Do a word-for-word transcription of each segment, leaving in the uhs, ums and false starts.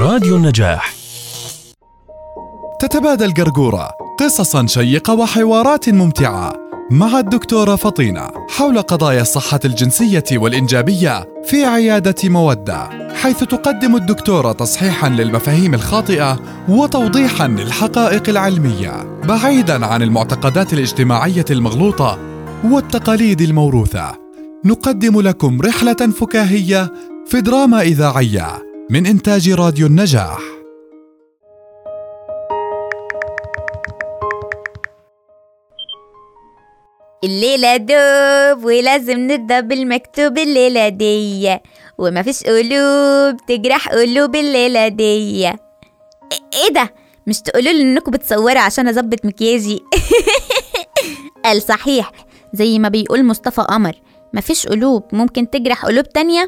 راديو النجاح. تتبادل قرقورة قصصاً شيقة وحوارات ممتعة مع الدكتورة فطينة حول قضايا الصحة الجنسية والإنجابية في عيادة مودة، حيث تقدم الدكتورة تصحيحاً للمفاهيم الخاطئة وتوضيحاً للحقائق العلمية، بعيداً عن المعتقدات الاجتماعية المغلوطة والتقاليد الموروثة. نقدم لكم رحلة فكاهية في دراما إذاعية من إنتاج راديو النجاح. الليلة دوب ولازم نرضى بالمكتوب الليلة دي، وما فيش قلوب تجرح قلوب الليلة دي. ايه ده؟ مش تقولوا لي انكم بتصوروا عشان اظبط مكياجي؟ قال صحيح زي ما بيقول مصطفى قمر، ما فيش قلوب ممكن تجرح قلوب تانية.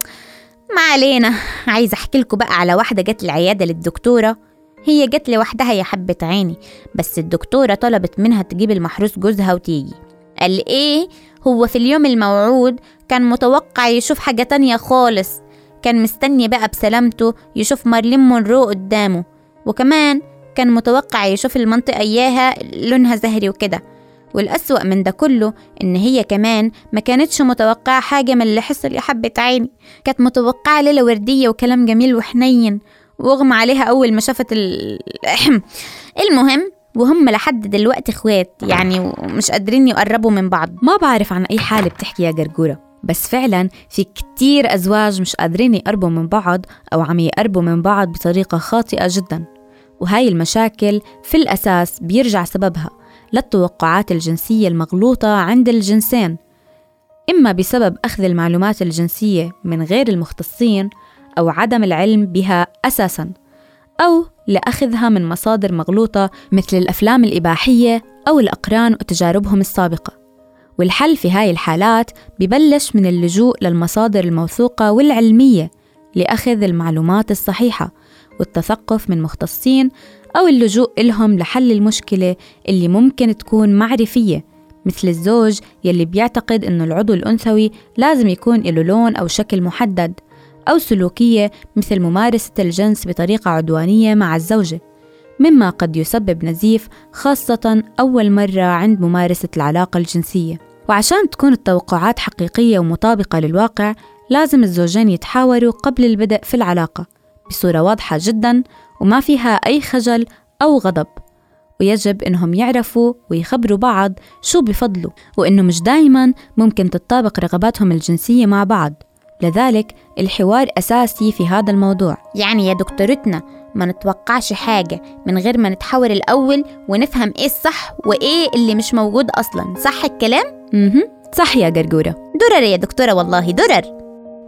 ما علينا. عايزة احكي لكم بقى على واحدة جت العيادة للدكتورة. هي جت لوحدها يا حبة عيني، بس الدكتورة طلبت منها تجيب المحروس جوزها وتيجي. قال ايه؟ هو في اليوم الموعود كان متوقع يشوف حاجة تانية خالص، كان مستني بقى بسلامته يشوف مارلين مونرو قدامه، وكمان كان متوقع يشوف المنطقة اياها لونها زهري وكده. والأسوأ من ده كله إن هي كمان ما كانتش متوقعة حاجة من اللي حصل يا حبة عيني. كانت متوقعة ليلة وردية وكلام جميل وحنين، واغمى عليها أول ما شافت ال... المهم، وهم لحد دلوقتي اخوات يعني، ومش قادرين يقربوا من بعض. ما بعرف عن أي حالة بتحكي يا قرقورة، بس فعلا في كتير أزواج مش قادرين يقربوا من بعض أو عم يقربوا من بعض بطريقة خاطئة جدا. وهاي المشاكل في الأساس بيرجع سببها للتوقعات الجنسية المغلوطة عند الجنسين، إما بسبب أخذ المعلومات الجنسية من غير المختصين أو عدم العلم بها أساساً، أو لأخذها من مصادر مغلوطة مثل الأفلام الإباحية أو الأقران وتجاربهم السابقة. والحل في هاي الحالات ببلش من اللجوء للمصادر الموثوقة والعلمية لأخذ المعلومات الصحيحة والتثقف من مختصين، أو اللجوء إلهم لحل المشكلة اللي ممكن تكون معرفية، مثل الزوج يلي بيعتقد إنه العضو الأنثوي لازم يكون له لون أو شكل محدد، أو سلوكية مثل ممارسة الجنس بطريقة عدوانية مع الزوجة، مما قد يسبب نزيف خاصة أول مرة عند ممارسة العلاقة الجنسية. وعشان تكون التوقعات حقيقية ومطابقة للواقع، لازم الزوجين يتحاوروا قبل البدء في العلاقة بصورة واضحة جدا وما فيها أي خجل أو غضب، ويجب إنهم يعرفوا ويخبروا بعض شو بفضلوا، وإنه مش دايما ممكن تتطابق رغباتهم الجنسية مع بعض. لذلك الحوار أساسي في هذا الموضوع. يعني يا دكتورتنا ما نتوقعش حاجة من غير ما نتحاور الأول ونفهم إيه الصح وإيه اللي مش موجود أصلا، صح الكلام؟ مهم. صح يا قرقورة. درر يا دكتورة، والله درر.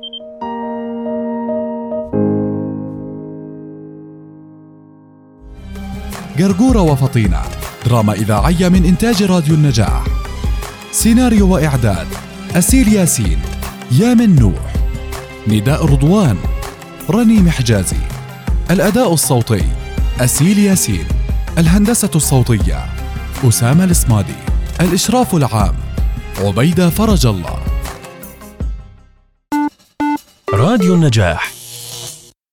قرقورة وفطينة، دراما إذاعية من إنتاج راديو النجاح. سيناريو وإعداد أسيل ياسين، يامن نوح، نداء رضوان، رنيم حجازي. الأداء الصوتي أسيل ياسين. الهندسة الصوتية أسامة الإسمادي. الإشراف العام عبيدة فرج الله. راديو النجاح.